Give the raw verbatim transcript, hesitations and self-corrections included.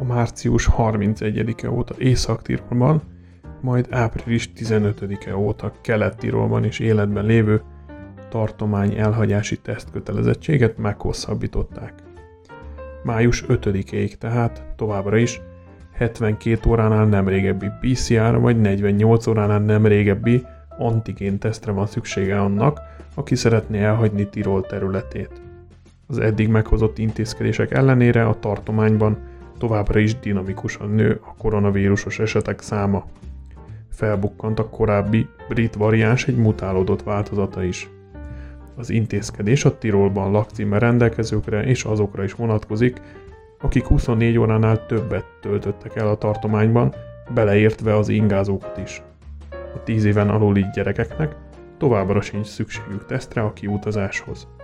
a március harmincegyedike óta Észak-Tirolban, majd április tizenötödike óta Kelet-Tirolban is életben lévő tartomány elhagyási tesztkötelezettséget meghosszabbították. május ötödikéig tehát továbbra is hetvenkét óránál nem régebbi pé cé er vagy negyvennyolc óránál nem régebbi antigén tesztre van szüksége annak, aki szeretné elhagyni Tirol területét. Az eddig meghozott intézkedések ellenére a tartományban továbbra is dinamikusan nő a koronavírusos esetek száma. Felbukkant a korábbi brit variáns egy mutálódott változata is. Az intézkedés a Tirolban lakcímmel rendelkezőkre és azokra is vonatkozik, akik huszonnégy óránál többet töltöttek el a tartományban, beleértve az ingázókat is. A tíz éven aluli gyerekeknek továbbra sincs szükségük tesztre a kiutazáshoz.